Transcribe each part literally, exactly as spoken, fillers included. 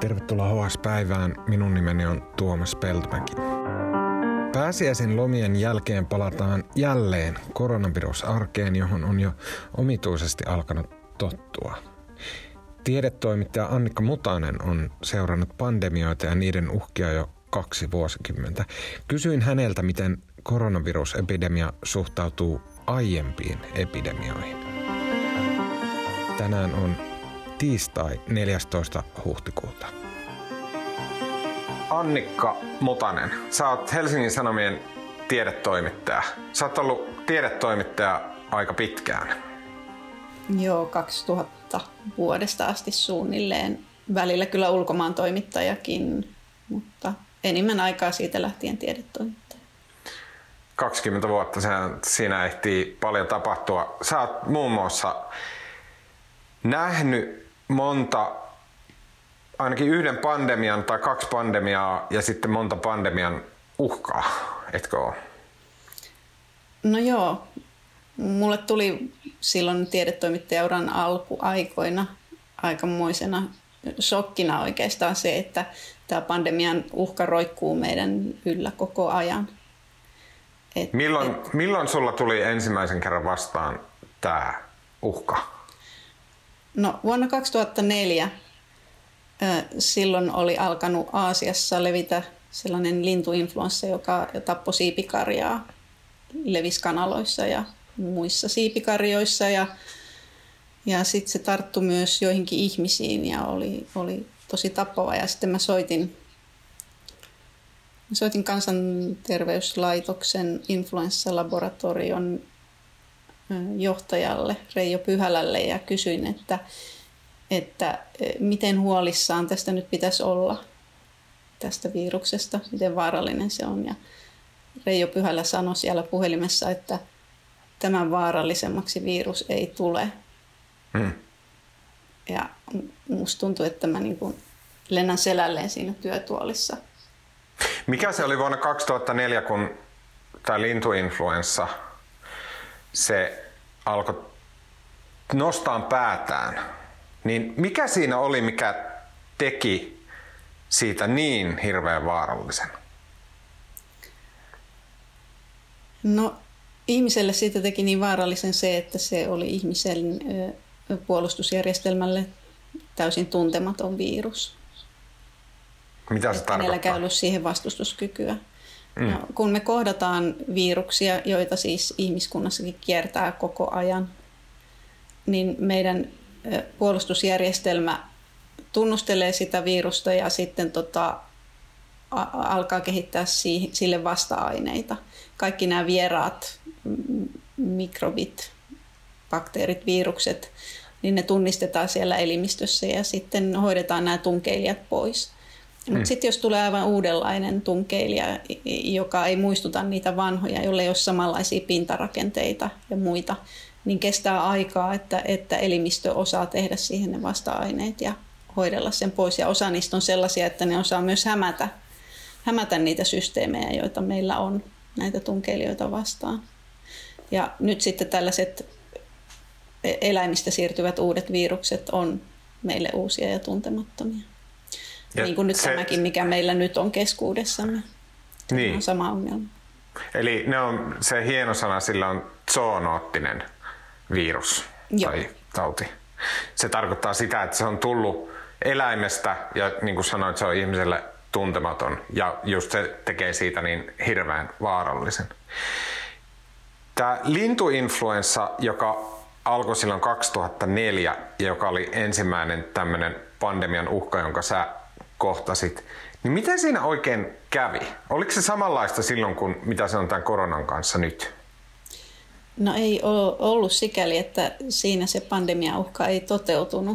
Tervetuloa H S-päivään. Minun nimeni on Tuomas Peltomäki. Pääsiäisen lomien jälkeen palataan jälleen koronavirusarkeen, johon on jo omituisesti alkanut tottua. Tiedetoimittaja Annikka Mutanen on seurannut pandemioita ja niiden uhkia jo kaksi vuosikymmentä. Kysyin häneltä, miten koronavirusepidemia suhtautuu aiempiin epidemioihin. Tänään on tiistai neljästoista huhtikuuta. Annikka Mutanen, sä oot Helsingin Sanomien tiedetoimittaja. Sä oot ollut tiedetoimittaja aika pitkään. Joo, kaksituhatta vuodesta asti suunnilleen. Välillä kyllä ulkomaan toimittajakin, mutta enimmän aikaa siitä lähtien tiedetoimittaja. kaksikymmentä vuotta, siinä ehtii paljon tapahtua. Sä oot muun muassa nähnyt monta, ainakin yhden pandemian tai kaksi pandemiaa ja sitten monta pandemian uhkaa, etkö ole? No joo, mulle tuli silloin tiedetoimittajauran alkuaikoina aikamoisena shokkina oikeastaan se, että tämä pandemian uhka roikkuu meidän yllä koko ajan. Et, milloin, et, milloin sulla tuli ensimmäisen kerran vastaan tämä uhka? No vuonna kaksituhattaneljä silloin oli alkanut Aasiassa levitä sellainen lintuinfluenssa, joka tappoi siipikarjaa, levisi kanaloissa ja muissa siipikarjoissa ja, ja sitten se tarttui myös joihinkin ihmisiin ja oli, oli tosi tappava. Ja sitten mä soitin, mä soitin Kansanterveyslaitoksen influenssalaboratorion johtajalle Reijo Pyhälälle ja kysyin, että, että miten huolissaan tästä nyt pitäisi olla, tästä viruksesta, miten vaarallinen se on. Ja Reijo Pyhälä sanoi siellä puhelimessa, että tämän vaarallisemmaksi virus ei tule. Hmm. Ja musta tuntui, että mä niin kuin lennän selälleen siinä työtuolissa. Mikä se oli vuonna kaksituhattaneljä, kun tämä lintuinfluenssa se alkoi nostaa päätään, niin mikä siinä oli, mikä teki siitä niin hirveän vaarallisen? No ihmiselle siitä teki niin vaarallisen se, että se oli ihmisen puolustusjärjestelmälle täysin tuntematon virus. Mitä se tarkoittaa? Hänelläkään ei ollut siihen vastustuskykyä. Mm. No, kun me kohdataan viruksia, joita siis ihmiskunnassakin kiertää koko ajan, niin meidän puolustusjärjestelmä tunnustelee sitä virusta ja sitten tota, a- alkaa kehittää si- sille vasta-aineita. Kaikki nämä vieraat mikrobit, bakteerit, virukset, niin ne tunnistetaan siellä elimistössä ja sitten hoidetaan nämä tunkeilijat pois. Mutta mm. sitten jos tulee aivan uudenlainen tunkeilija, joka ei muistuta niitä vanhoja, jolle ei ole samanlaisia pintarakenteita ja muita, niin kestää aikaa, että, että elimistö osaa tehdä siihen ne vasta-aineet ja hoidella sen pois. Ja osa niistä on sellaisia, että ne osaa myös hämätä, hämätä niitä systeemejä, joita meillä on, näitä tunkeilijoita vastaan. Ja nyt sitten tällaiset eläimistä siirtyvät uudet virukset on meille uusia ja tuntemattomia. Ja niin kuin nyt se, tämäkin, mikä meillä nyt on keskuudessamme. Niin. On sama ongelma. Eli ne on, se hieno sana sillä on zoonoottinen virus. Joo. Tai tauti. Se tarkoittaa sitä, että se on tullut eläimestä ja niin kuin sanoit, se on ihmiselle tuntematon. Ja just se tekee siitä niin hirveän vaarallisen. Tämä lintuinfluenssa, joka alkoi silloin kaksituhattaneljä ja joka oli ensimmäinen tämmöinen pandemian uhka, jonka sä kohtasit, niin miten siinä oikein kävi? Oliko se samanlaista silloin kuin mitä se on tämän koronan kanssa nyt? No ei ole ollut sikäli, että siinä se pandemiauhka ei toteutunut.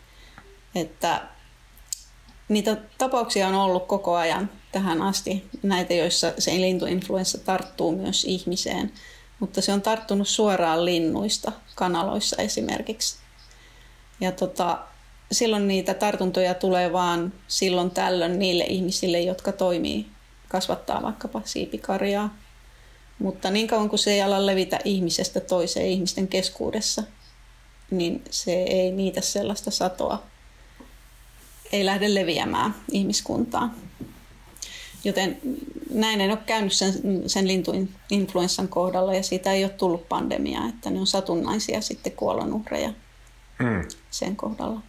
Että niitä tapauksia on ollut koko ajan tähän asti, näitä joissa se lintuinfluenssa tarttuu myös ihmiseen, mutta se on tarttunut suoraan linnuista, kanaloissa esimerkiksi. Ja tota, silloin niitä tartuntoja tulee vaan silloin tällöin niille ihmisille, jotka toimii, kasvattaa vaikkapa siipikarjaa. Mutta niin kauan kuin se ei ala levitä ihmisestä toiseen ihmisten keskuudessa, niin se ei niitä sellaista satoa. ei lähde leviämään ihmiskuntaan. Joten näin ei ole käynyt sen, sen lintuinfluenssan kohdalla ja siitä ei ole tullut pandemiaa, että ne on satunnaisia sitten kuolonuhreja mm. sen kohdalla.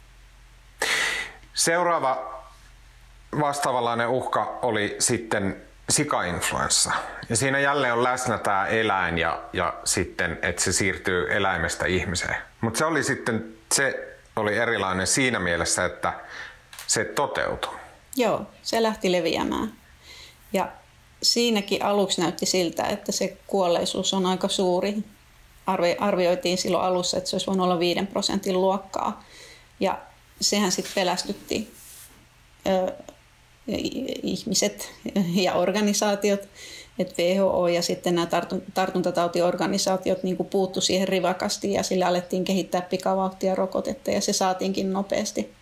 Seuraava vastaavanlainen uhka oli sitten sikainfluenssa. Ja siinä jälleen on läsnä tämä eläin ja, ja sitten, että se siirtyy eläimestä ihmiseen. Mutta se oli sitten, se oli erilainen siinä mielessä, että se toteutui. Joo, se lähti leviämään. Ja siinäkin aluksi näytti siltä, että se kuolleisuus on aika suuri. Arvioitiin silloin alussa, että se olisi voinut olla viiden prosentin luokkaa. Ja sehän sitten pelästytti ö, ihmiset ja organisaatiot, että W H O ja sitten nämä tartuntatautiorganisaatiot niin kuin puuttu siihen rivakasti ja sillä alettiin kehittää pikavauhtia rokotetta ja se saatiinkin nopeasti.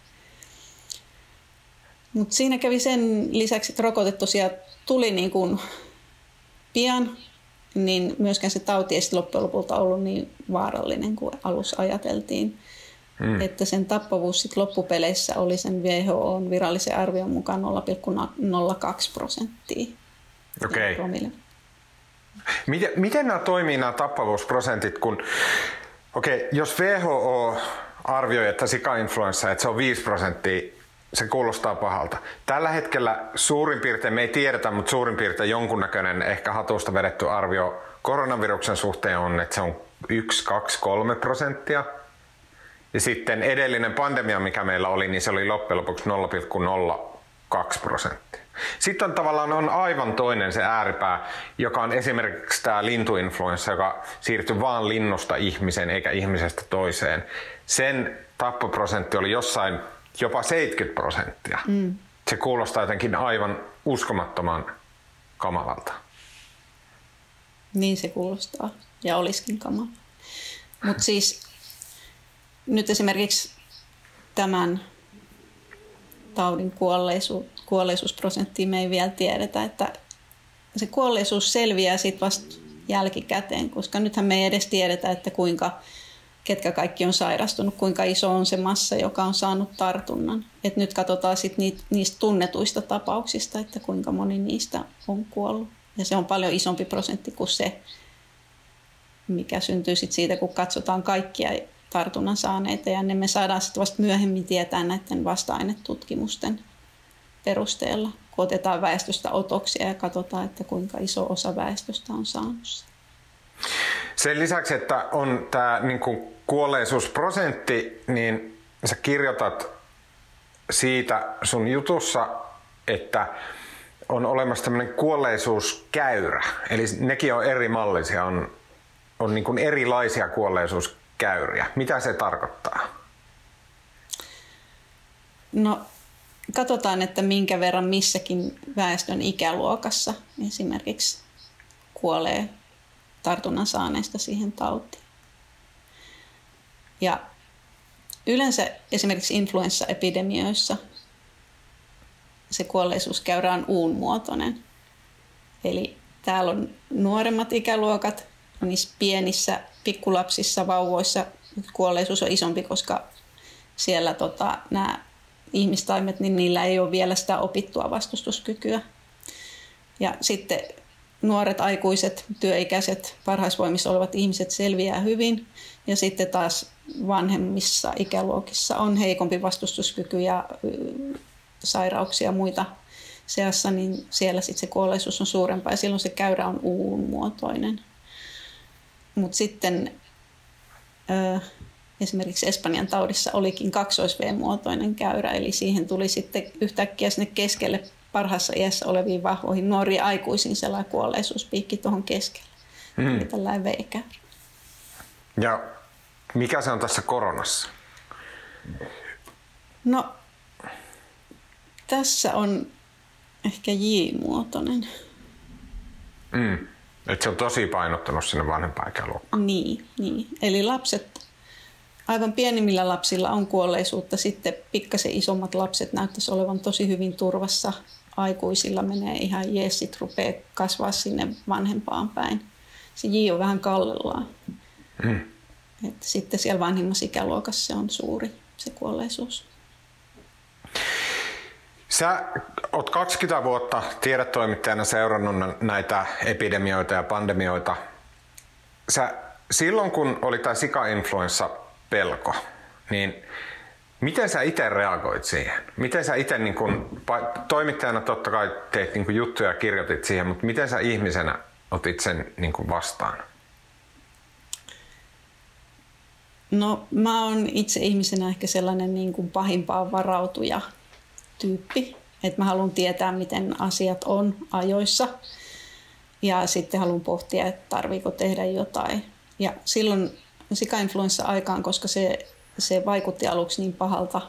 Mutta siinä kävi sen lisäksi, että rokote tosiaan tuli niin kuin pian, niin myöskään se tauti ei loppujen lopulta ollut niin vaarallinen kuin alussa ajateltiin. Mm. Että sen tappavuus sit loppupeleissä oli sen W H O:n virallisen arvion mukaan nolla pilkku nolla kaksi prosenttia. Okei. Okay. Miten, miten nämä toimii nämä tappavuusprosentit, kun okei, okay, jos W H O arvioi, että sikainfluenssa, että se on viisi prosenttia, se kuulostaa pahalta. Tällä hetkellä suurin piirtein, me ei tiedetä, mutta suurin piirtein jonkunnäköinen ehkä hatusta vedetty arvio koronaviruksen suhteen on, että se on yksi, kaksi, kolme prosenttia. Ja sitten edellinen pandemia, mikä meillä oli, niin se oli loppujen lopuksi nolla pilkku nolla kaksi prosenttia. Sitten on tavallaan on aivan toinen se ääripää, joka on esimerkiksi tämä lintuinfluenssa, joka siirtyi vaan linnusta ihmiseen eikä ihmisestä toiseen. Sen tappoprosentti oli jossain jopa seitsemänkymmentä prosenttia. Mm. Se kuulostaa jotenkin aivan uskomattoman kamalalta. Niin se kuulostaa ja olisikin kamala. Mutta siis nyt esimerkiksi tämän taudin kuolleisu, kuolleisuusprosenttia me ei vielä tiedetä, että se kuolleisuus selviää sitten vasta jälkikäteen, koska nythän me ei edes tiedetä, että kuinka, ketkä kaikki on sairastunut, kuinka iso on se massa, joka on saanut tartunnan. Et nyt katsotaan sitten niistä tunnetuista tapauksista, että kuinka moni niistä on kuollut. Ja se on paljon isompi prosentti kuin se, mikä syntyy sit siitä, kun katsotaan kaikkia tartunnan saaneita. Ja ne me saadaan sitten vasta myöhemmin tietää näiden vasta-ainetutkimusten perusteella, kun otetaan väestöstä otoksia ja katsotaan, että kuinka iso osa väestöstä on saanut sen. Sen lisäksi, että on tämä niinku kuolleisuusprosentti, niin sä kirjoitat siitä sun jutussa, että on olemassa tämmöinen kuolleisuuskäyrä. Eli nekin on eri mallisia, on, on niinku erilaisia kuolleisuuskäyriä. Mitä se tarkoittaa? No, katsotaan, että minkä verran missäkin väestön ikäluokassa esimerkiksi kuolee tartunnan saaneista siihen tautiin. Ja yleensä esimerkiksi influenssaepidemioissa se kuolleisuuskäyrä on uunmuotoinen. Eli täällä on nuoremmat ikäluokat, niissä pienissä pikkulapsissa, vauvoissa kuolleisuus on isompi, koska siellä tota, nämä ihmistaimet, niin niillä ei ole vielä sitä opittua vastustuskykyä. Ja sitten nuoret, aikuiset, työikäiset, parhaisvoimissa olevat ihmiset selviää hyvin. Ja sitten taas vanhemmissa ikäluokissa on heikompi vastustuskyky ja sairauksia ja muita seassa, niin siellä sitten se kuolleisuus on suurempaa ja silloin se käyrä on uunmuotoinen. Mutta sitten ö, esimerkiksi Espanjan taudissa olikin kaksois-V-muotoinen käyrä, eli siihen tuli sitten yhtäkkiä sinne keskelle parhaassa iässä oleviin vahvoihin nuoriin aikuisiin sellainen kuolleisuuspiikki tuohon keskelle. Mm. Eli tällainen V-käyrä. Ja mikä se on tässä koronassa? No, tässä on ehkä J-muotoinen. Mm. Että se on tosi painottunut sinne vanhempaan ikäluokkaan. Niin, niin. Eli lapset, aivan pienimmillä lapsilla on kuolleisuutta. Sitten pikkasen isommat lapset näyttäisi olevan tosi hyvin turvassa. Aikuisilla menee ihan jees, sit rupeaa kasvaa sinne vanhempaan päin. Se J on vähän kallellaan. Mm. Että sitten siellä vanhimmassa ikäluokassa se on suuri, se kuolleisuus. Sä oot kaksikymmentä vuotta tiedetoimittajana seurannut näitä epidemioita ja pandemioita. Sä, silloin kun oli tämä sika-influenssa-pelko, niin miten sä itse reagoit siihen? Miten sä itse, niin kun, toimittajana totta kai teit niin kun juttuja ja kirjoitit siihen, mutta miten sä ihmisenä otit sen niin kun vastaan? No mä oon itse ihmisenä ehkä sellainen niin kuin pahimpaan varautuja tyyppi. Että mä haluan tietää, miten asiat on ajoissa. Ja sitten haluan pohtia, että tarviiko tehdä jotain. Ja silloin sika-influenssa-aikaan, koska se, se vaikutti aluksi niin pahalta,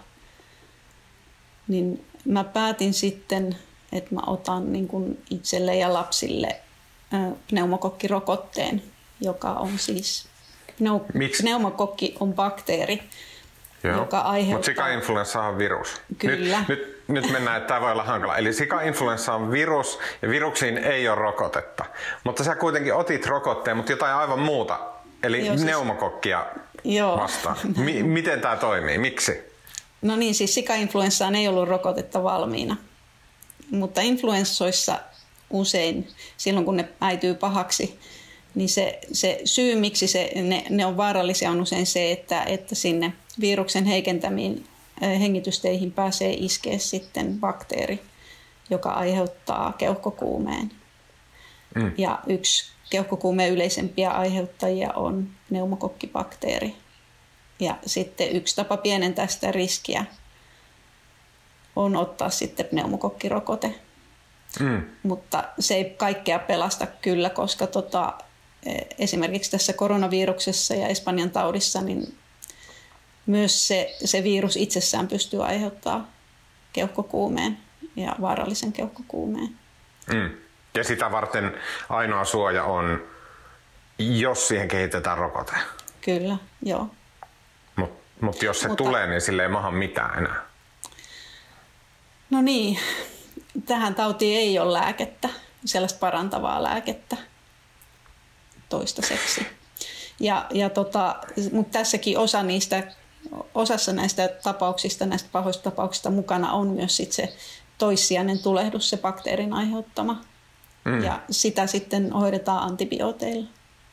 niin mä päätin sitten, että mä otan niin kuin itselle ja lapsille pneumokokkirokotteen, joka on siis... Pneumokokki on bakteeri, Joo. joka aiheuttaa... Mutta sika-influenssa on virus. Kyllä. Nyt, nyt, nyt mennään, että tämä voi olla hankala. Eli sika-influenssa on virus ja viruksiin ei ole rokotetta. Mutta sä kuitenkin otit rokotteen, mutta jotain aivan muuta. Eli Joo, siis... pneumokokkia Joo. vastaan. M- miten tämä toimii? Miksi? No niin, siis sika-influenssaan ei ollut rokotetta valmiina. Mutta influenssoissa usein, silloin kun ne äityy pahaksi, niin se, se syy, miksi se, ne, ne on vaarallisia, on usein se, että, että sinne viruksen heikentämiin hengitysteihin pääsee iskeä sitten bakteeri, joka aiheuttaa keuhkokuumeen. Mm. Ja yksi keuhkokuumeen yleisempiä aiheuttajia on pneumokokkibakteeri. Ja sitten yksi tapa pienentää sitä riskiä on ottaa sitten pneumokokkirokote. Mm. Mutta se ei kaikkea pelasta kyllä, koska tota, esimerkiksi tässä koronaviruksessa ja Espanjan taudissa niin myös se, se virus itsessään pystyy aiheuttamaan keuhkokuumeen ja vaarallisen keuhkokuumeen. Mm. Ja sitä varten ainoa suoja on, jos siihen kehitetään rokote. Kyllä, joo. Mutta mut jos se Mutta, tulee, niin sille ei maha mitään enää. No niin, tähän tautiin ei ole lääkettä, sellaista parantavaa lääkettä toistaiseksi. Ja, ja tota, mutta tässäkin osa niistä, osassa näistä tapauksista, näistä pahoista tapauksista mukana on myös sit se toissijainen tulehdus, se bakteerin aiheuttama. Mm. Ja sitä sitten hoidetaan antibiooteilla.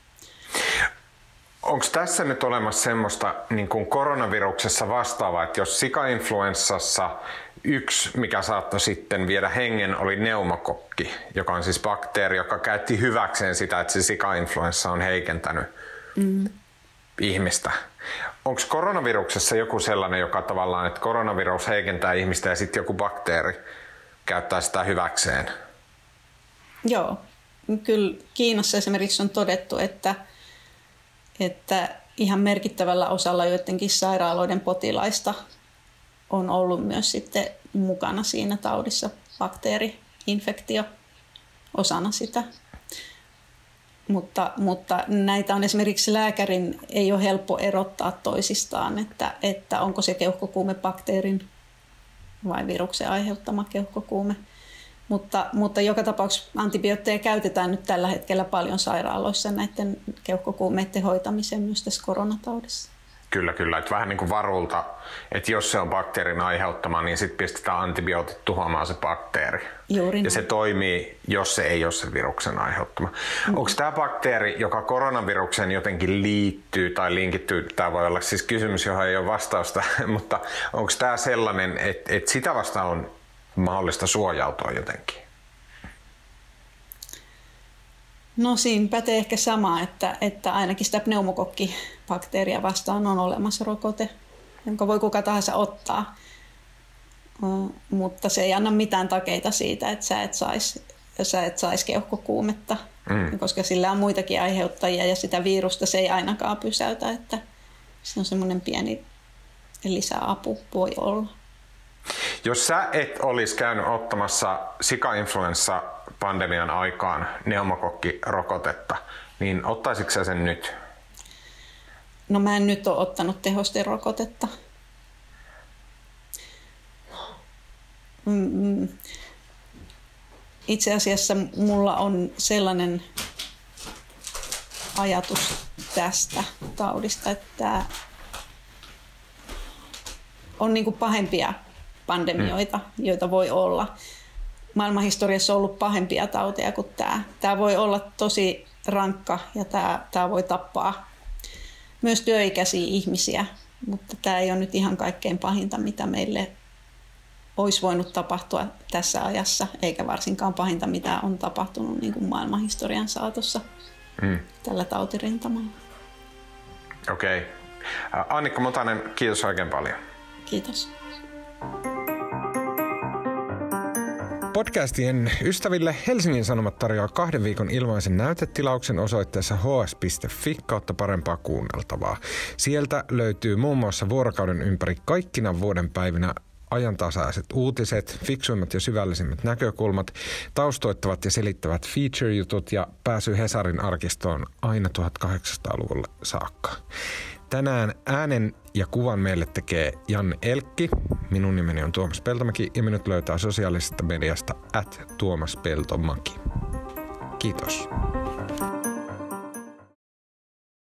Onko tässä nyt olemassa semmoista niin kuin koronaviruksessa vastaavaa, että jos sika-influenssassa yksi, mikä saattoi sitten viedä hengen, oli pneumokokki, joka on siis bakteeri, joka käytti hyväkseen sitä, että se sika-influenssa on heikentänyt mm. ihmistä. Onko koronaviruksessa joku sellainen, joka tavallaan, että koronavirus heikentää ihmistä ja sitten joku bakteeri käyttää sitä hyväkseen? Joo. Kyllä Kiinassa esimerkiksi on todettu, että, että ihan merkittävällä osalla joidenkin sairaaloiden potilaista on ollut myös sitten mukana siinä taudissa bakteeri-infektio osana sitä. Mutta, mutta näitä on esimerkiksi lääkärin ei ole helppo erottaa toisistaan, että, että onko se keuhkokuume bakteerin vai viruksen aiheuttama keuhkokuume. Mutta, mutta joka tapauksessa antibiootteja käytetään nyt tällä hetkellä paljon sairaaloissa näiden keuhkokuumeiden hoitamiseen myös tässä koronataudissa. Kyllä, kyllä. Että vähän niin kuin varulta, että jos se on bakteerin aiheuttama, niin sitten pistetään antibiootit tuhoamaan se bakteeri. Juuri ja se toimii, jos se ei ole se viruksen aiheuttama. Mm. Onko tämä bakteeri, joka koronavirukseen jotenkin liittyy tai linkittyy, tämä voi olla siis kysymys, johon ei ole vastausta, mutta onko tämä sellainen, että, että sitä vastaan on mahdollista suojautua jotenkin? No siinä pätee ehkä sama, että, että ainakin sitä pneumokokkibakteeria vastaan on olemassa rokote, jonka voi kuka tahansa ottaa, uh, mutta se ei anna mitään takeita siitä, että sä et saisi sais keuhkokuumetta, mm. koska sillä on muitakin aiheuttajia ja sitä virusta se ei ainakaan pysäytä, että se on semmoinen pieni lisäapu voi olla. Jos sä et olisi käynyt ottamassa sika-influenssa pandemian aikaan pneumokokkirokotetta, niin ottaisitko sä sen nyt? No mä en nyt ole ottanut tehosterokotetta. Itse asiassa mulla on sellainen ajatus tästä taudista, että on niin kuin pahempia pandemioita, mm. joita voi olla. Maailmanhistoriassa on ollut pahempia tauteja kuin tämä. Tämä voi olla tosi rankka ja tämä, tämä voi tappaa myös työikäisiä ihmisiä, mutta tämä ei ole nyt ihan kaikkein pahinta, mitä meille olisi voinut tapahtua tässä ajassa, eikä varsinkaan pahinta, mitä on tapahtunut niin kuin maailmanhistorian saatossa mm. tällä tautirintamalla. Okei. Okay. Annikka Mutanen, kiitos oikein paljon. Kiitos. Podcastien ystäville Helsingin Sanomat tarjoaa kahden viikon ilmaisen näytetilauksen osoitteessa h s piste f i kautta parempaa kuunneltavaa. Sieltä löytyy muun muassa vuorokauden ympäri kaikkina vuoden päivinä ajantasaiset uutiset, fiksuimmat ja syvällisimmät näkökulmat, taustoittavat ja selittävät feature-jutut ja pääsy Hesarin arkistoon aina tuhatkahdeksansataaluvulle saakka. Tänään äänen ja kuvan meille tekee Janne Elkki. Minun nimeni on Tuomas Peltomäki ja minut löytää sosiaalisesta mediasta at Tuomas Peltomäki. Kiitos.